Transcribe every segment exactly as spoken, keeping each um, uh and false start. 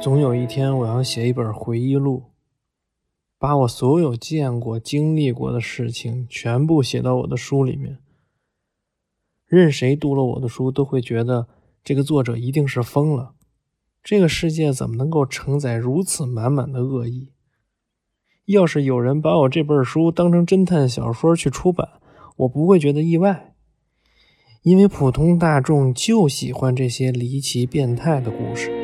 总有一天我要写一本回忆录，把我所有见过经历过的事情全部写到我的书里面。任谁读了我的书都会觉得这个作者一定是疯了，这个世界怎么能够承载如此满满的恶意？要是有人把我这本书当成侦探小说去出版，我不会觉得意外，因为普通大众就喜欢这些离奇变态的故事。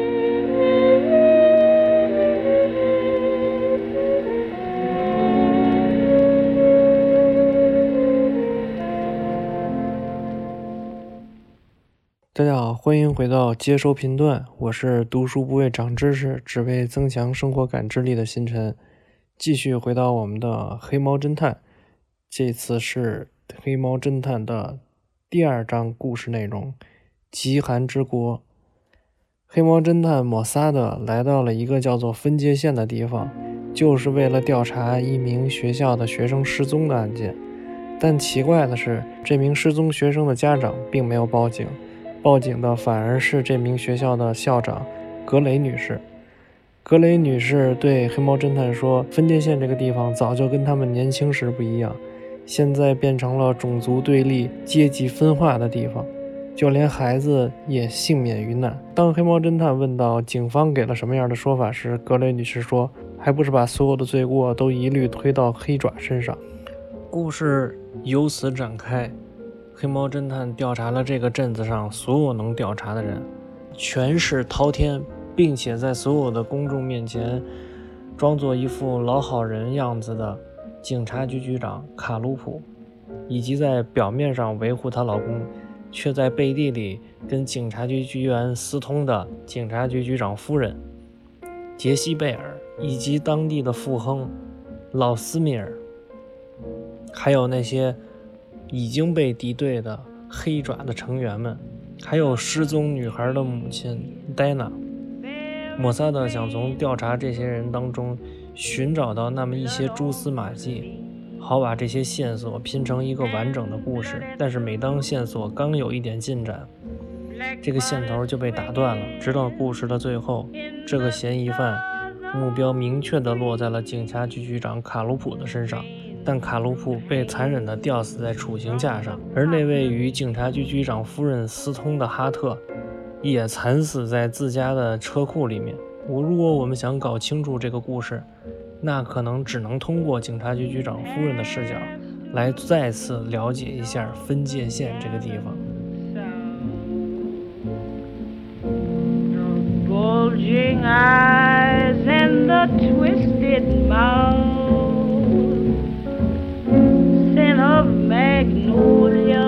大家好，欢迎回到接收频段，我是读书不为长知识，只为增强生活感知力的星辰。继续回到我们的黑猫侦探，这次是黑猫侦探的第二章故事内容，极寒之国。黑猫侦探莫萨德来到了一个叫做分界线的地方，就是为了调查一名学校的学生失踪的案件。但奇怪的是，这名失踪学生的家长并没有报警，报警的反而是这名学校的校长格雷女士。格雷女士对黑猫侦探说，分界线这个地方早就跟他们年轻时不一样，现在变成了种族对立、阶级分化的地方，就连孩子也幸免于难。当黑猫侦探问到警方给了什么样的说法时，格雷女士说，还不是把所有的罪过都一律推到黑爪身上。故事由此展开，黑猫侦探调查了这个镇子上所有能调查的人，权势滔天，并且在所有的公众面前装作一副老好人样子的警察局局长卡鲁普，以及在表面上维护她老公，却在背地里跟警察局局员私通的警察局局长夫人杰西贝尔，以及当地的富亨老斯米尔，还有那些已经被敌对的黑爪的成员们，还有失踪女孩的母亲戴娜。莫萨德想从调查这些人当中寻找到那么一些蛛丝马迹，好把这些线索拼成一个完整的故事。但是每当线索刚有一点进展，这个线头就被打断了，直到故事的最后，这个嫌疑犯目标明确地落在了警察局局长卡鲁普的身上，但卡鲁普被残忍地吊死在处刑架上，而那位与警察局局长夫人私通的哈特也惨死在自家的车库里面。我如果我们想搞清楚这个故事，那可能只能通过警察局局长夫人的视角来再次了解一下分界线这个地方。 Bulging eyes and the twisted mouth, scent of magnolia,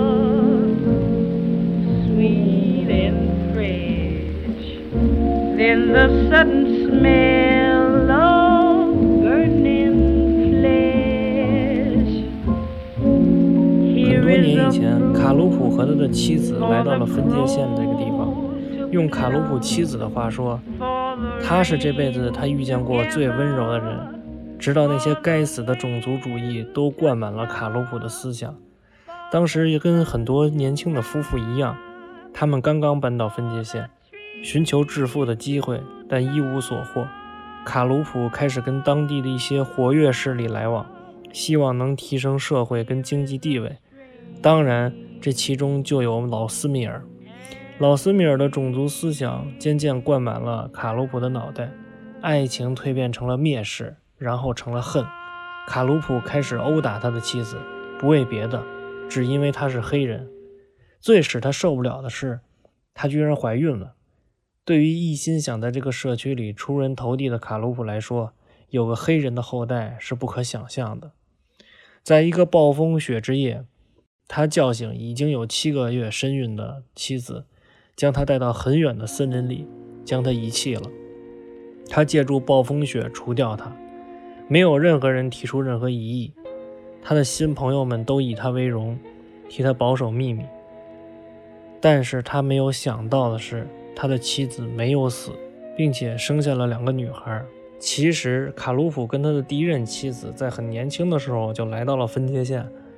sweet and fresh, then the sudden smell of burning flesh. 很多年以前，卡鲁普和他的妻子来到了分界线这个地方。用卡鲁普妻子的话说，他是这辈子他遇见过最温柔的人，直到那些该死的种族主义都灌满了卡鲁普的思想。当时也跟很多年轻的夫妇一样，他们刚刚搬到分界线，寻求致富的机会，但一无所获。卡鲁普开始跟当地的一些活跃势力来往，希望能提升社会跟经济地位。当然，这其中就有老斯米尔。老斯米尔的种族思想渐渐灌满了卡鲁普的脑袋，爱情蜕变成了蔑视，然后成了恨。卡鲁普开始殴打他的妻子，不为别的，只因为他是黑人。最使他受不了的是，他居然怀孕了。对于一心想在这个社区里出人头地的卡鲁普来说，有个黑人的后代是不可想象的。在一个暴风雪之夜，他叫醒已经有七个月身孕的妻子，将他带到很远的森林里，将他遗弃了。他借助暴风雪除掉他，没有任何人提出任何异议。他的新朋友们都以他为荣，替他保守秘密。但是他没有想到的是，他的妻子没有死，并且生下了两个女孩。其实卡鲁普跟他的第一任妻子在很年轻的时候就来到了分界线，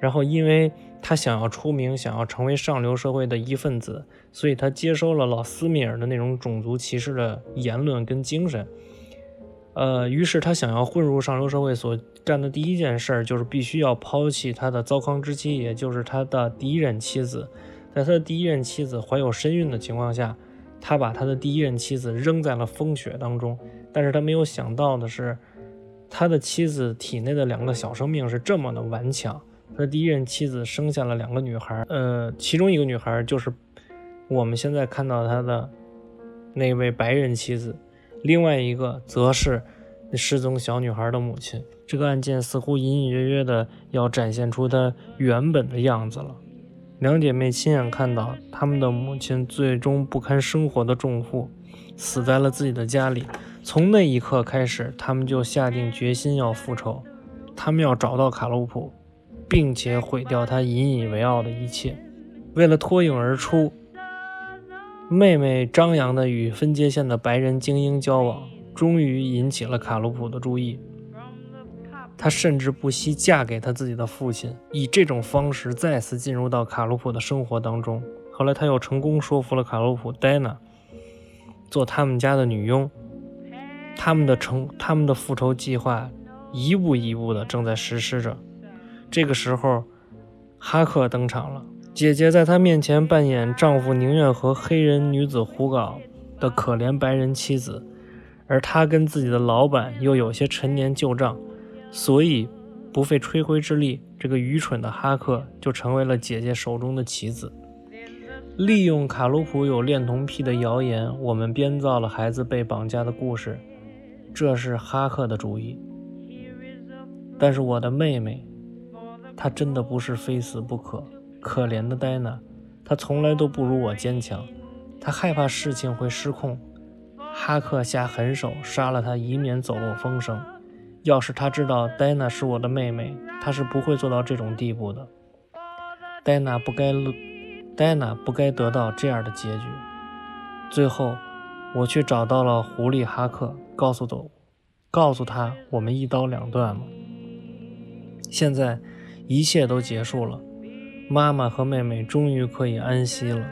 然后因为他想要出名，想要成为上流社会的一份子，所以他接收了老斯米尔的那种种族歧视的言论跟精神。呃，于是他想要混入上流社会，所干的第一件事就是必须要抛弃他的糟糠之妻，也就是他的第一任妻子。在他的第一任妻子怀有身孕的情况下，他把他的第一任妻子扔在了风雪当中。但是他没有想到的是，他的妻子体内的两个小生命是这么的顽强。他的第一任妻子生下了两个女孩，呃，其中一个女孩就是我们现在看到他的那位白人妻子，另外一个则是失踪小女孩的母亲。这个案件似乎隐隐约约的要展现出她原本的样子了。两姐妹亲眼看到她们的母亲最终不堪生活的重负，死在了自己的家里。从那一刻开始，她们就下定决心要复仇，她们要找到卡鲁普，并且毁掉他引以为傲的一切。为了脱颖而出，妹妹张扬的与分界线的白人精英交往，终于引起了卡鲁普的注意。她甚至不惜嫁给他自己的父亲，以这种方式再次进入到卡鲁普的生活当中。后来她又成功说服了卡鲁普戴娜做他们家的女佣。他们的成他们的复仇计划一步一步的正在实施着。这个时候哈克登场了，姐姐在她面前扮演丈夫宁愿和黑人女子胡搞的可怜白人妻子，而她跟自己的老板又有些陈年旧账，所以不费吹灰之力，这个愚蠢的哈克就成为了姐姐手中的棋子。利用卡鲁普有恋童癖的谣言，我们编造了孩子被绑架的故事，这是哈克的主意。但是我的妹妹，她真的不是非死不可。可怜的戴娜，她从来都不如我坚强，她害怕事情会失控。哈克下狠手杀了她，以免走漏风声。要是他知道戴娜是我的妹妹，他是不会做到这种地步的。戴娜不该戴娜不该得到这样的结局。最后我去找到了狐狸哈克，告诉他告诉他我们一刀两断嘛。现在一切都结束了，妈妈和妹妹终于可以安息了。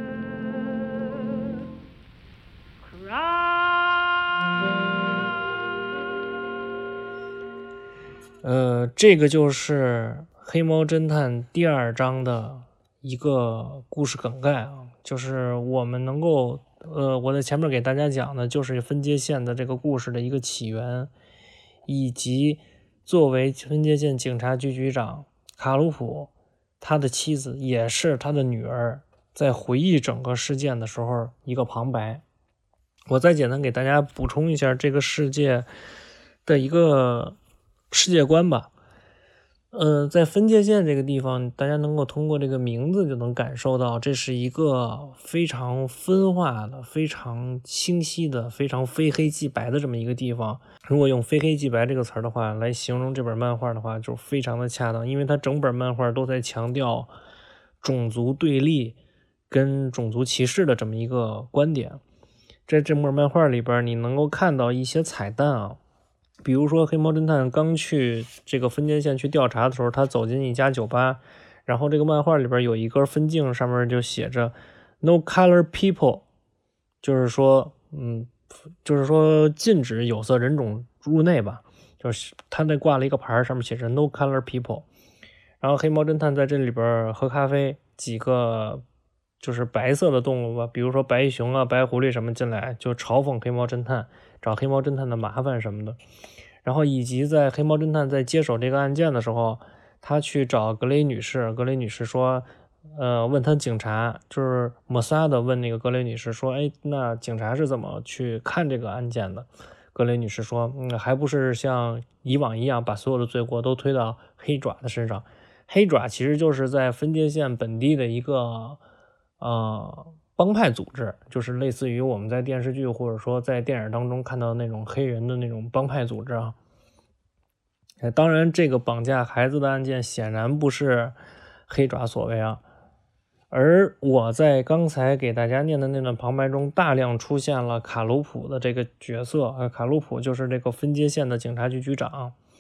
呃，这个就是黑猫侦探第二章的一个故事梗概啊，就是我们能够呃，我在前面给大家讲的就是分界线的这个故事的一个起源，以及作为分界线警察局局长卡鲁普他的妻子也是他的女儿在回忆整个事件的时候一个旁白。我再简单给大家补充一下这个世界的一个世界观吧。呃，在分界线这个地方，大家能够通过这个名字就能感受到，这是一个非常分化的、非常清晰的、非常非黑即白的这么一个地方。如果用非黑即白这个词儿的话来形容这本漫画的话，就非常的恰当，因为它整本漫画都在强调种族对立跟种族歧视的这么一个观点。在这本漫画里边，你能够看到一些彩蛋啊。比如说黑猫侦探刚去这个分界线去调查的时候，他走进一家酒吧，然后这个漫画里边有一根分镜，上面就写着 No color people， 就是说嗯，就是说禁止有色人种入内吧，就是他那挂了一个牌，上面写着 No color people。 然后黑猫侦探在这里边喝咖啡，几个就是白色的动物吧，比如说白熊啊、白狐狸什么进来，就嘲讽黑猫侦探，找黑猫侦探的麻烦什么的。然后以及在黑猫侦探在接手这个案件的时候，他去找格雷女士，格雷女士说呃，问他警察，就是莫萨德问那个格雷女士说，哎，那警察是怎么去看这个案件的？格雷女士说，嗯，还不是像以往一样把所有的罪过都推到黑爪的身上。黑爪其实就是在分界线本地的一个呃帮派组织，就是类似于我们在电视剧或者说在电影当中看到的那种黑人的那种帮派组织啊。当然这个绑架孩子的案件显然不是黑爪所为啊。而我在刚才给大家念的那段旁白中大量出现了卡鲁普的这个角色，卡鲁普就是这个分界线的警察局局长。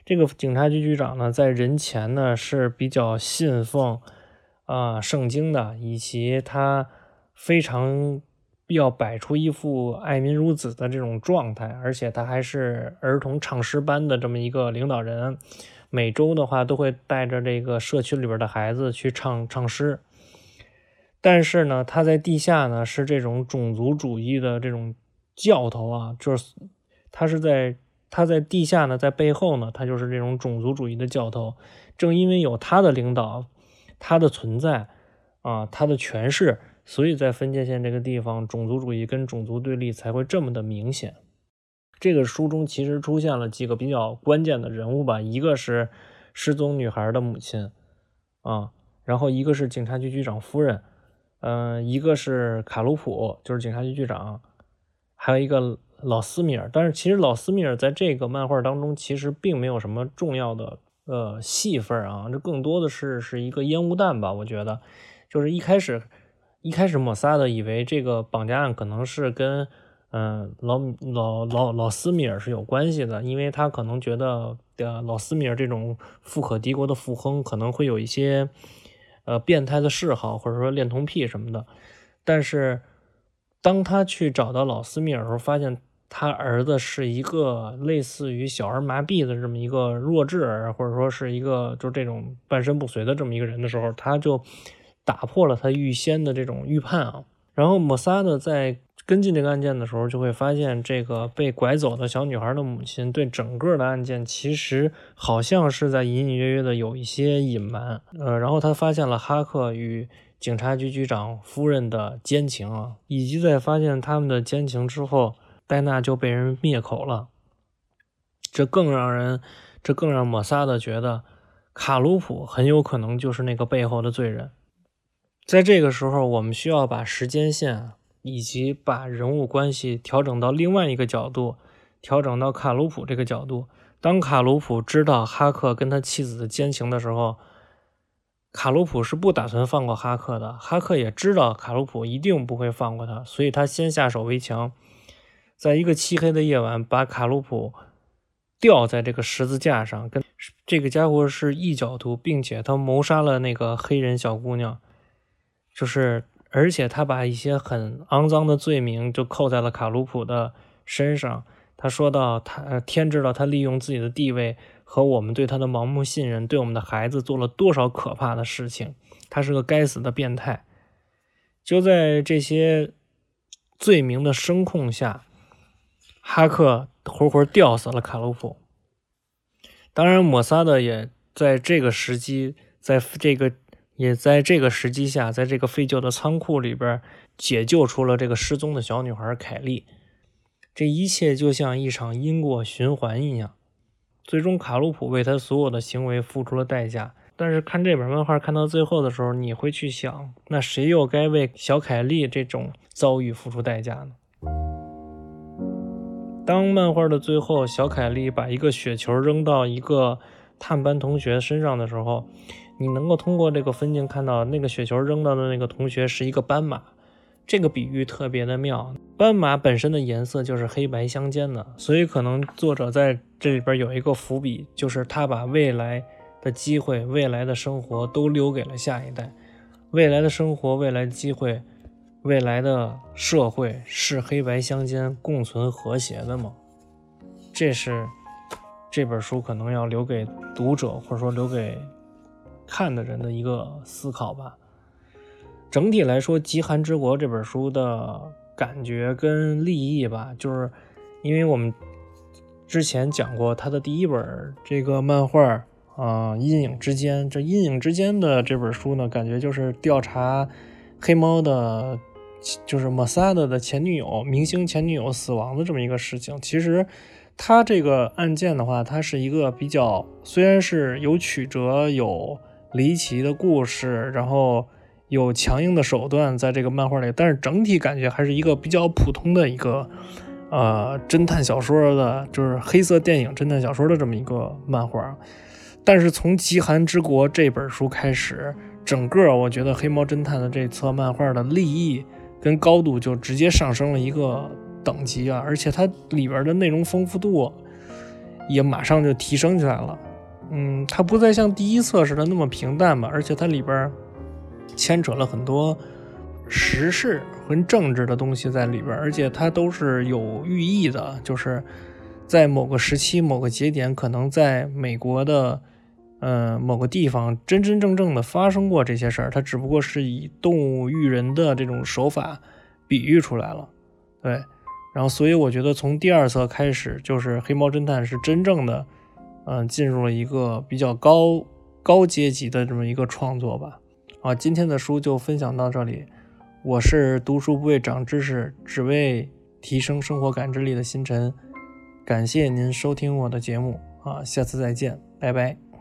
这个警察局局长呢，在人前呢是比较信奉啊、呃、圣经的，以及他非常要摆出一副爱民如子的这种状态，而且他还是儿童唱诗班的这么一个领导人，每周的话都会带着这个社区里边的孩子去唱唱诗。但是呢，他在地下呢是这种种族主义的这种教头啊，就是他是在他在地下呢，在背后呢，他就是这种种族主义的教头。正因为有他的领导，他的存在啊，他的权势，所以在分界线这个地方，种族主义跟种族对立才会这么的明显。这个书中其实出现了几个比较关键的人物吧，一个是失踪女孩的母亲啊，然后一个是警察局局长夫人，嗯、呃，一个是卡鲁普，就是警察局局长，还有一个老斯米尔。但是其实老斯米尔在这个漫画当中其实并没有什么重要的呃戏份啊，这更多的是是一个烟雾弹吧。我觉得就是一开始一开始莫萨德以为这个绑架案可能是跟嗯、呃、老老老老斯米尔是有关系的，因为他可能觉得呃老斯米尔这种富可敌国的富亨可能会有一些呃变态的嗜好，或者说恋童癖什么的。但是当他去找到老斯米尔的时候，发现他儿子是一个类似于小儿麻痹的这么一个弱智儿，或者说是一个就这种半身不遂的这么一个人的时候，他就打破了他预先的这种预判啊。然后莫萨德在跟进这个案件的时候，就会发现这个被拐走的小女孩的母亲对整个的案件其实好像是在隐隐约约的有一些隐瞒。呃，然后他发现了哈克与警察局局长夫人的奸情啊，以及在发现他们的奸情之后，戴娜就被人灭口了。这更让人，这更让莫萨德觉得卡鲁普很有可能就是那个背后的罪人。在这个时候，我们需要把时间线以及把人物关系调整到另外一个角度，调整到卡鲁普这个角度。当卡鲁普知道哈克跟他妻子的奸情的时候，卡鲁普是不打算放过哈克的，哈克也知道卡鲁普一定不会放过他，所以他先下手为强，在一个漆黑的夜晚把卡鲁普吊在这个十字架上，跟这个家伙是异教徒，并且他谋杀了那个黑人小姑娘，就是而且他把一些很肮脏的罪名就扣在了卡鲁普的身上。他说到他天知道他利用自己的地位和我们对他的盲目信任，对我们的孩子做了多少可怕的事情，他是个该死的变态。就在这些罪名的声控下，哈克活活吊死了卡鲁普。当然莫萨德也在这个时机在这个也在这个时机下，在这个废旧的仓库里边解救出了这个失踪的小女孩凯莉。这一切就像一场因果循环一样，最终卡鲁普为他所有的行为付出了代价。但是看这本漫画看到最后的时候，你会去想，那谁又该为小凯莉这种遭遇付出代价呢？当漫画的最后，小凯莉把一个雪球扔到一个探班同学身上的时候，你能够通过这个分镜看到那个雪球扔到的那个同学是一个斑马。这个比喻特别的妙，斑马本身的颜色就是黑白相间的，所以可能作者在这里边有一个伏笔，就是他把未来的机会、未来的生活都留给了下一代。未来的生活、未来的机会、未来的社会是黑白相间、共存和谐的吗？这是这本书可能要留给读者，或者说留给看的人的一个思考吧。整体来说，《极寒之国》这本书的感觉跟立意吧，就是因为我们之前讲过他的第一本这个漫画啊，呃《阴影之间》。这《阴影之间》的这本书呢，感觉就是调查黑猫的，就是莫萨德的前女友、明星前女友死亡的这么一个事情。其实他这个案件的话，它是一个比较，虽然是有曲折、有离奇的故事，然后有强硬的手段在这个漫画里，但是整体感觉还是一个比较普通的一个呃侦探小说的，就是黑色电影侦探小说的这么一个漫画。但是从《极寒之国》这本书开始，整个我觉得黑猫侦探的这册漫画的立意跟高度就直接上升了一个等级啊！而且它里边的内容丰富度也马上就提升起来了。嗯，它不再像第一册似的那么平淡吧，而且它里边牵扯了很多时事和政治的东西在里边，而且它都是有寓意的，就是在某个时期某个节点，可能在美国的呃某个地方真真正正的发生过这些事儿，它只不过是以动物育人的这种手法比喻出来了。对，然后所以我觉得从第二册开始，就是黑猫侦探是真正的嗯、呃、进入了一个比较高高阶级的这么一个创作吧。啊，今天的书就分享到这里。我是读书不为长知识，只为提升生活感知力的星辰。感谢您收听我的节目啊，下次再见，拜拜。